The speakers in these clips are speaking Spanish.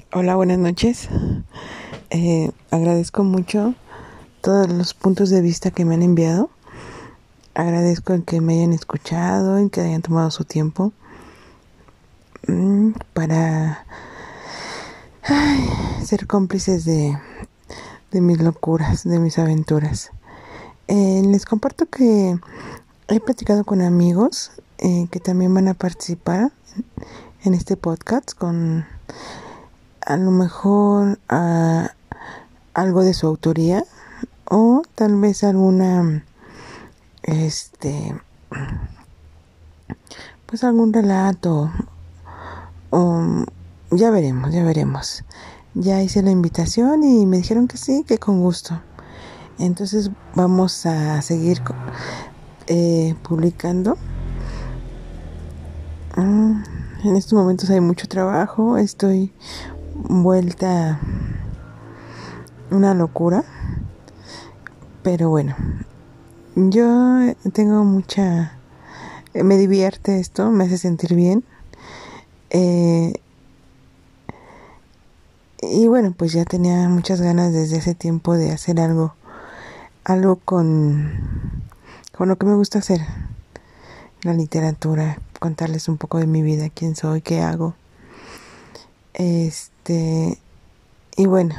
Hola, buenas noches. Agradezco mucho todos los puntos de vista que me han enviado. Agradezco el que me hayan escuchado, en que hayan tomado su tiempo para ser cómplices de mis locuras, de mis aventuras. Les comparto que he platicado con amigos que también van a participar en este podcast con a lo mejor algo de su autoría o tal vez alguna pues algún relato o ya veremos. Ya hice la invitación y me dijeron que sí, que con gusto. Entonces vamos a seguir publicando. En estos momentos hay mucho trabajo, estoy vuelta una locura, pero bueno, yo tengo me divierte esto, me hace sentir bien, y bueno, pues ya tenía muchas ganas desde hace tiempo de hacer algo con lo que me gusta hacer, la literatura, contarles un poco de mi vida, quién soy, qué hago, y bueno,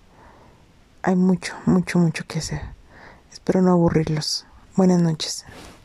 hay mucho que hacer. Espero no aburrirlos. Buenas noches.